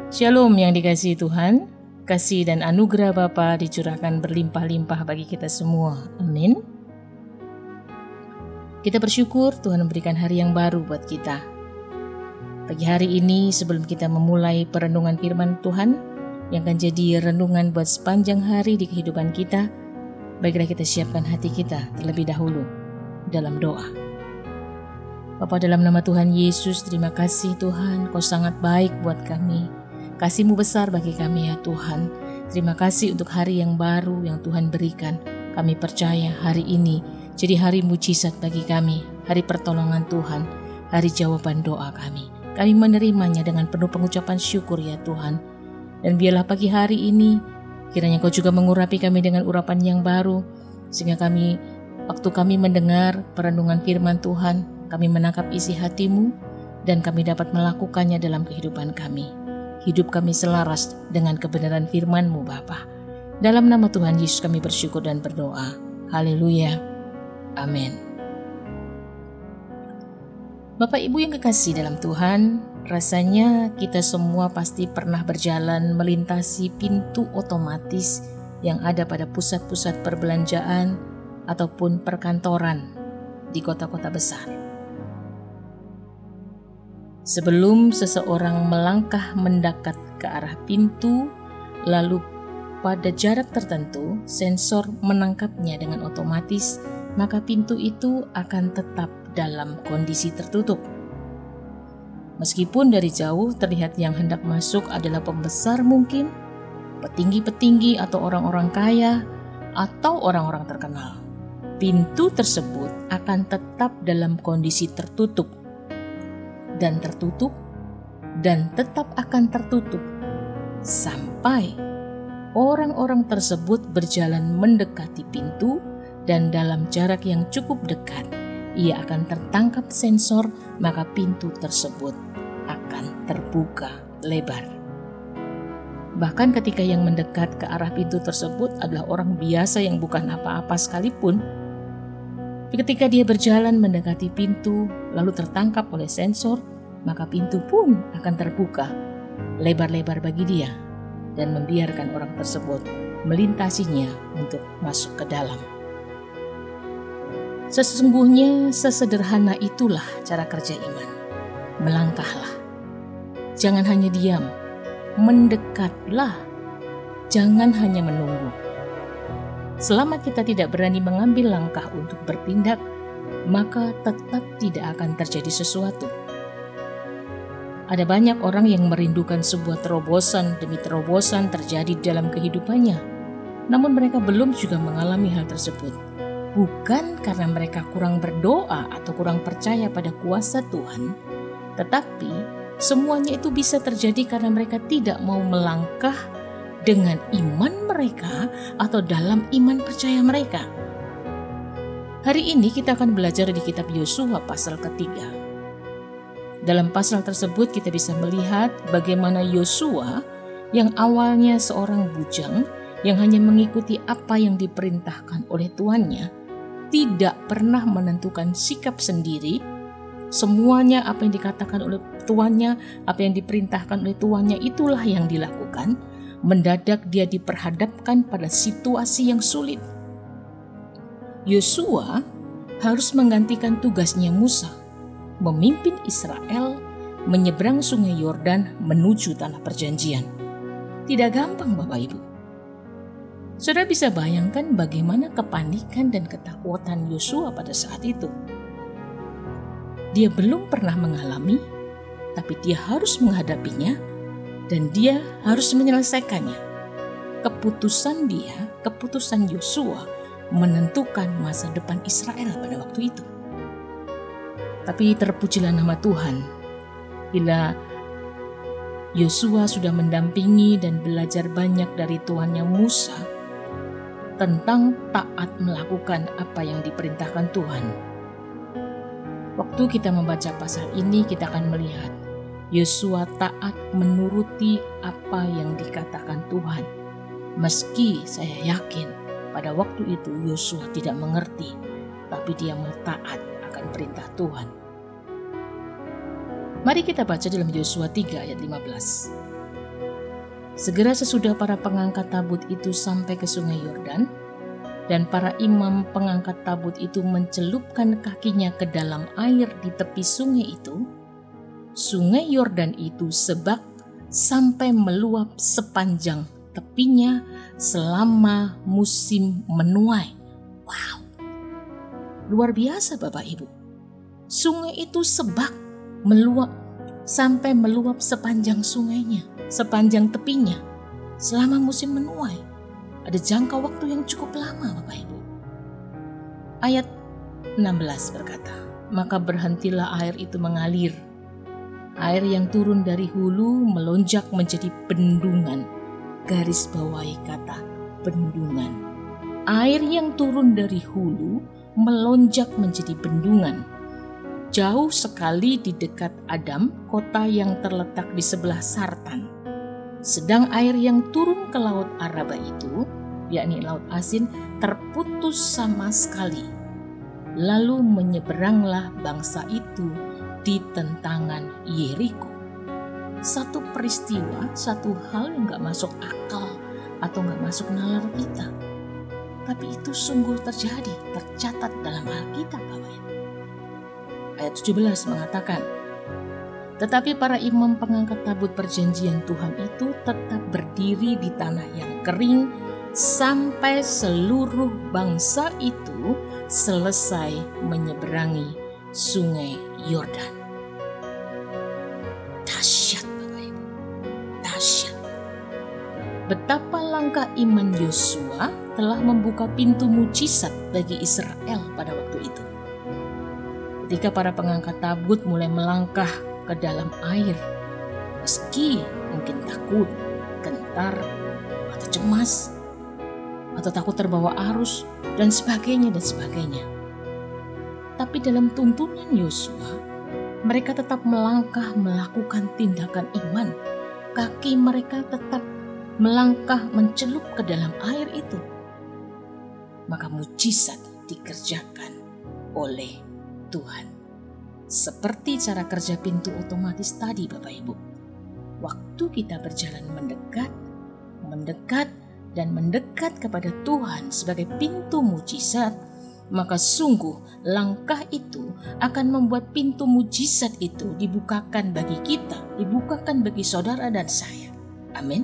Shalom yang dikasihi Tuhan, kasih dan anugerah Bapa dicurahkan berlimpah-limpah bagi kita semua. Amin. Kita bersyukur Tuhan memberikan hari yang baru buat kita. Pagi hari ini sebelum kita memulai perenungan firman Tuhan yang akan jadi renungan buat sepanjang hari di kehidupan kita, baiklah kita siapkan hati kita terlebih dahulu dalam doa. Bapa, dalam nama Tuhan Yesus, terima kasih Tuhan, Kau sangat baik buat kami. Kasih-Mu besar bagi kami ya Tuhan. Terima kasih untuk hari yang baru yang Tuhan berikan. Kami percaya hari ini jadi hari mujizat bagi kami, hari pertolongan Tuhan, hari jawaban doa kami. Kami menerimanya dengan penuh pengucapan syukur ya Tuhan. Dan biarlah pagi hari ini, kiranya Kau juga mengurapi kami dengan urapan yang baru, sehingga waktu kami mendengar perenungan firman Tuhan, kami menangkap isi hati-Mu, dan kami dapat melakukannya dalam kehidupan kami. Hidup kami selaras dengan kebenaran firman-Mu Bapa. Dalam nama Tuhan Yesus kami bersyukur dan berdoa. Haleluya. Amin. Bapak Ibu yang kekasih dalam Tuhan, rasanya kita semua pasti pernah berjalan melintasi pintu otomatis yang ada pada pusat-pusat perbelanjaan ataupun perkantoran di kota-kota besar. Sebelum seseorang melangkah mendekat ke arah pintu, lalu pada jarak tertentu sensor menangkapnya dengan otomatis, maka pintu itu akan tetap dalam kondisi tertutup. Meskipun dari jauh terlihat yang hendak masuk adalah pembesar mungkin, petinggi-petinggi atau orang-orang kaya, atau orang-orang terkenal, pintu tersebut akan tetap dalam kondisi tertutup dan tertutup dan tetap akan tertutup sampai orang-orang tersebut berjalan mendekati pintu, dan dalam jarak yang cukup dekat ia akan tertangkap sensor, maka pintu tersebut akan terbuka lebar. Bahkan ketika yang mendekat ke arah pintu tersebut adalah orang biasa yang bukan apa-apa sekalipun, ketika dia berjalan mendekati pintu lalu tertangkap oleh sensor, maka pintu pun akan terbuka lebar-lebar bagi dia dan membiarkan orang tersebut melintasinya untuk masuk ke dalam. Sesungguhnya sesederhana itulah cara kerja iman. Melangkahlah. Jangan hanya diam, mendekatlah. Jangan hanya menunggu. Selama kita tidak berani mengambil langkah untuk bertindak, maka tetap tidak akan terjadi sesuatu. Ada banyak orang yang merindukan sebuah terobosan demi terobosan terjadi dalam kehidupannya, namun mereka belum juga mengalami hal tersebut. Bukan karena mereka kurang berdoa atau kurang percaya pada kuasa Tuhan, tetapi semuanya itu bisa terjadi karena mereka tidak mau melangkah dengan iman mereka atau dalam iman percaya mereka. Hari ini kita akan belajar di kitab Yosua pasal ketiga. Dalam pasal tersebut kita bisa melihat bagaimana Yosua yang awalnya seorang bujang yang hanya mengikuti apa yang diperintahkan oleh tuannya, tidak pernah menentukan sikap sendiri. Semuanya apa yang dikatakan oleh tuannya, apa yang diperintahkan oleh tuannya, itulah yang dilakukan. Mendadak dia diperhadapkan pada situasi yang sulit. Yosua harus menggantikan tugasnya Musa, memimpin Israel menyeberang sungai Yordan menuju tanah perjanjian. Tidak gampang Bapak Ibu. Saudara bisa bayangkan bagaimana kepanikan dan ketakutan Yosua pada saat itu. Dia belum pernah mengalami, tapi dia harus menghadapinya dan dia harus menyelesaikannya. Keputusan Yosua menentukan masa depan Israel pada waktu itu. Tapi terpujilah nama Tuhan, bila Yosua sudah mendampingi dan belajar banyak dari tuannya Musa tentang taat melakukan apa yang diperintahkan Tuhan. Waktu kita membaca pasal ini, kita akan melihat Yosua taat menuruti apa yang dikatakan Tuhan. Meski saya yakin pada waktu itu Yosua tidak mengerti, tapi dia mau taat akan perintah Tuhan. Mari kita baca dalam Yosua 3 ayat 15. Segera sesudah para pengangkat tabut itu sampai ke sungai Yordan, dan para imam pengangkat tabut itu mencelupkan kakinya ke dalam air di tepi sungai itu, sungai Yordan itu sebak sampai meluap sepanjang tepinya selama musim menuai. Wow, luar biasa Bapak Ibu. Sungai itu sebak meluap sampai meluap sepanjang sungainya, sepanjang tepinya selama musim menuai. Ada jangka waktu yang cukup lama Bapak Ibu. Ayat 16 berkata, maka berhentilah air itu mengalir. Air yang turun dari hulu melonjak menjadi bendungan. Garis bawahi kata bendungan. Air yang turun dari hulu melonjak menjadi bendungan. Jauh sekali di dekat Adam, kota yang terletak di sebelah Sartan. Sedang air yang turun ke laut Araba itu, yakni laut asin, terputus sama sekali. Lalu menyeberanglah bangsa itu di tentangan Yeriko. Satu peristiwa, satu hal yang gak masuk akal atau gak masuk nalar kita. Tapi itu sungguh terjadi, tercatat dalam Alkitab Bapak Ibu. Ayat 17 mengatakan, tetapi para imam pengangkat tabut perjanjian Tuhan itu tetap berdiri di tanah yang kering sampai seluruh bangsa itu selesai menyeberangi sungai Yordan. Dahsyat Bapak Ibu, dahsyat. Betapa langkah iman Yosua telah membuka pintu mujizat bagi Israel pada waktu itu. Ketika para pengangkat tabut mulai melangkah ke dalam air, meski mungkin takut, gentar, atau cemas, atau takut terbawa arus, dan sebagainya. Tapi dalam tuntunan Yosua, mereka tetap melangkah melakukan tindakan iman. Kaki mereka tetap melangkah mencelup ke dalam air itu. Maka mujizat dikerjakan oleh Tuhan. Seperti cara kerja pintu otomatis tadi Bapak Ibu. Waktu kita berjalan mendekat kepada Tuhan sebagai pintu mujizat, maka sungguh langkah itu akan membuat pintu mujizat itu dibukakan bagi kita, dibukakan bagi saudara dan saya. Amin.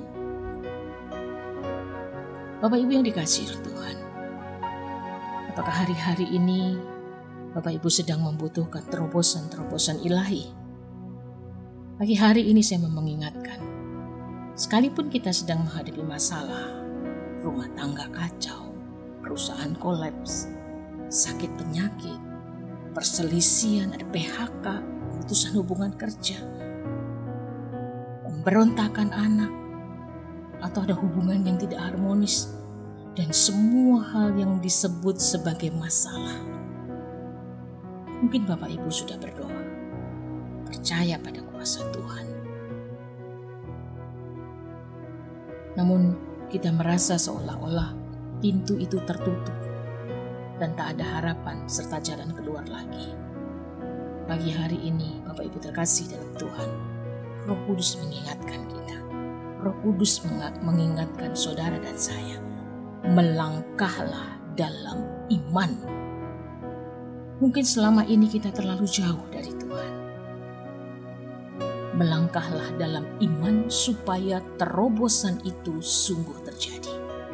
Bapak Ibu yang dikasihi Tuhan, apakah hari-hari ini Bapak Ibu sedang membutuhkan terobosan-terobosan ilahi? Pagi hari ini saya mau mengingatkan, sekalipun kita sedang menghadapi masalah, rumah tangga kacau, perusahaan kolaps, sakit penyakit, perselisihan, ada PHK, putusan hubungan kerja, pemberontakan anak, atau ada hubungan yang tidak harmonis, dan semua hal yang disebut sebagai masalah. Mungkin Bapak Ibu sudah berdoa, percaya pada kuasa Tuhan. Namun kita merasa seolah-olah pintu itu tertutup dan tak ada harapan serta jalan keluar lagi. Pagi hari ini Bapak Ibu terkasih dalam Tuhan, Roh Kudus mengingatkan kita. Roh Kudus mengingatkan saudara dan saya, melangkahlah dalam iman. Mungkin selama ini kita terlalu jauh dari Tuhan. Melangkahlah dalam iman supaya terobosan itu sungguh terjadi.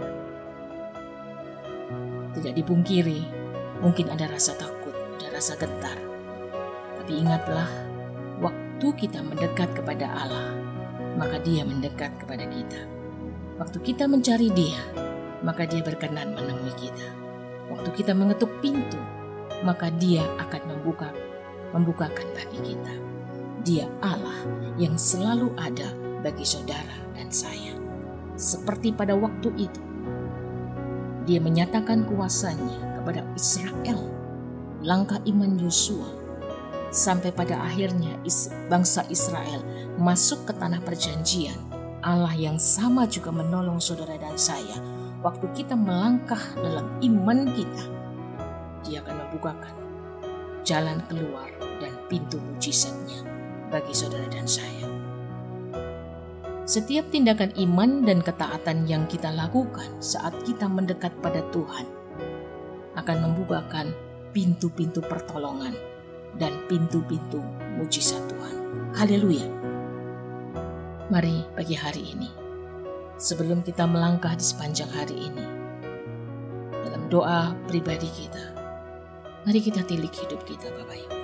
Tidak dipungkiri, mungkin ada rasa takut, ada rasa gentar. Tapi ingatlah, waktu kita mendekat kepada Allah, maka Dia mendekat kepada kita. Waktu kita mencari Dia, maka Dia berkenan menemui kita. Waktu kita mengetuk pintu, maka Dia akan membukakan bagi kita. Dia Allah yang selalu ada bagi saudara dan saya. Seperti pada waktu itu, Dia menyatakan kuasanya kepada Israel. Langkah iman Yosua sampai pada akhirnya bangsa Israel masuk ke tanah perjanjian. Allah yang sama juga menolong saudara dan saya. Waktu kita melangkah dalam iman kita, Dia akan membukakan jalan keluar dan pintu mujizatnya bagi saudara dan saya. Setiap tindakan iman dan ketaatan yang kita lakukan saat kita mendekat pada Tuhan akan membukakan pintu-pintu pertolongan dan pintu-pintu mujizat Tuhan. Haleluya. Mari pagi hari ini, sebelum kita melangkah di sepanjang hari ini, dalam doa pribadi kita, mari kita tilik hidup kita, Bapak Ibu.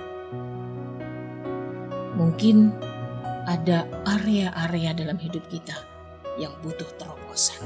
Mungkin ada area-area dalam hidup kita yang butuh terobosan.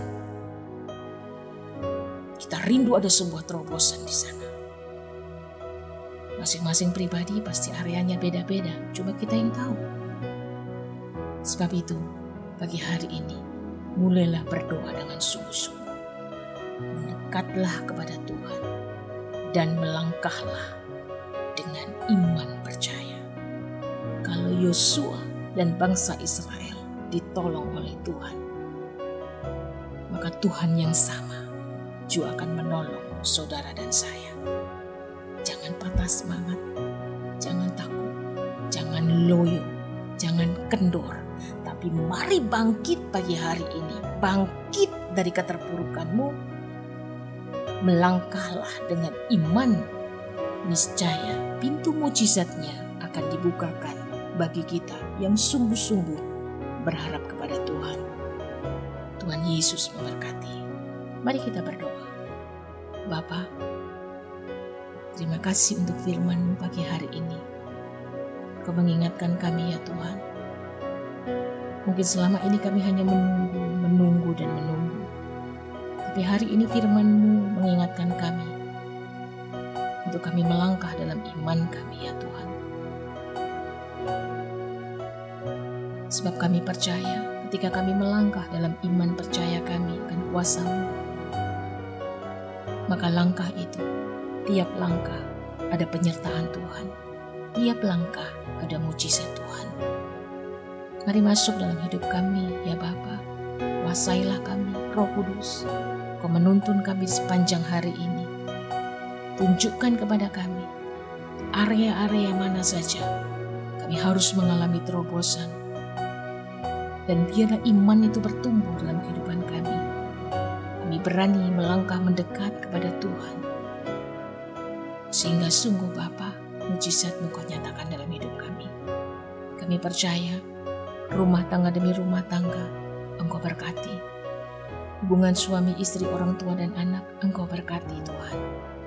Kita rindu ada sebuah terobosan di sana. Masing-masing pribadi pasti areanya beda-beda, cuma kita yang tahu. Sebab itu, pagi hari ini, mulailah berdoa dengan sungguh-sungguh. Mendekatlah kepada Tuhan dan melangkahlah dengan iman percaya. Kalau Yosua dan bangsa Israel ditolong oleh Tuhan, maka Tuhan yang sama juga akan menolong saudara dan saya. Jangan patah semangat, jangan takut, jangan loyo, jangan kendor, tapi mari bangkit pagi hari ini. Bangkit dari keterpurukanmu, melangkahlah dengan iman. Niscaya pintu mujizatnya akan dibukakan bagi kita yang sungguh-sungguh berharap kepada Tuhan. Tuhan Yesus memberkati. Mari kita berdoa. Bapa, terima kasih untuk firman-Mu pagi hari ini. Kau mengingatkan kami ya Tuhan. Mungkin selama ini kami hanya menunggu dan menunggu. Tapi hari ini firman-Mu mengingatkan kami untuk kami melangkah dalam iman kami ya Tuhan. Sebab kami percaya ketika kami melangkah dalam iman percaya kami akan kuasa-Mu, maka langkah itu, tiap langkah ada penyertaan Tuhan, tiap langkah ada mujizat Tuhan. Mari masuk dalam hidup kami ya Bapa, kuasailah kami, Roh Kudus. Kau menuntun kami sepanjang hari ini. Tunjukkan kepada kami area-area mana saja kami harus mengalami terobosan. Dan biarlah iman itu bertumbuh dalam kehidupan kami. Kami berani melangkah mendekat kepada Tuhan. Sehingga sungguh Bapa, mujizat-Mu Kau nyatakan dalam hidup kami. Kami percaya rumah tangga demi rumah tangga Engkau berkati. Hubungan suami istri, orang tua dan anak Engkau berkati Tuhan.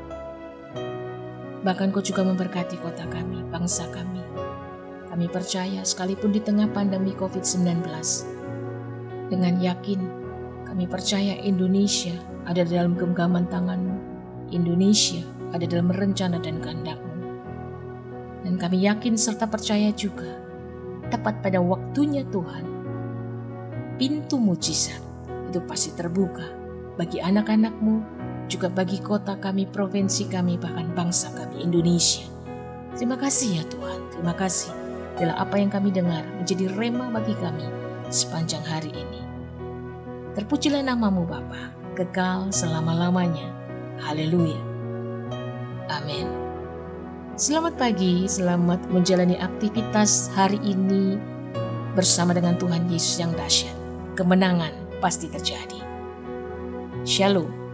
Bahkan Kau juga memberkati kota kami, bangsa kami. Kami percaya sekalipun di tengah pandemi COVID-19, dengan yakin kami percaya Indonesia ada dalam genggaman tangan-Mu. Indonesia ada dalam rencana dan kehendak-Mu. Dan kami yakin serta percaya juga, tepat pada waktunya Tuhan, pintu mujizat itu pasti terbuka bagi anak-anak-Mu, juga bagi kota kami, provinsi kami, bahkan bangsa kami Indonesia. Terima kasih ya Tuhan, terima kasih. Adalah apa yang kami dengar menjadi rema bagi kami sepanjang hari ini. Terpujilah nama-Mu Bapa, kekal selama-lamanya. Haleluya. Amin. Selamat pagi, selamat menjalani aktivitas hari ini bersama dengan Tuhan Yesus yang dahsyat. Kemenangan pasti terjadi. Shalom.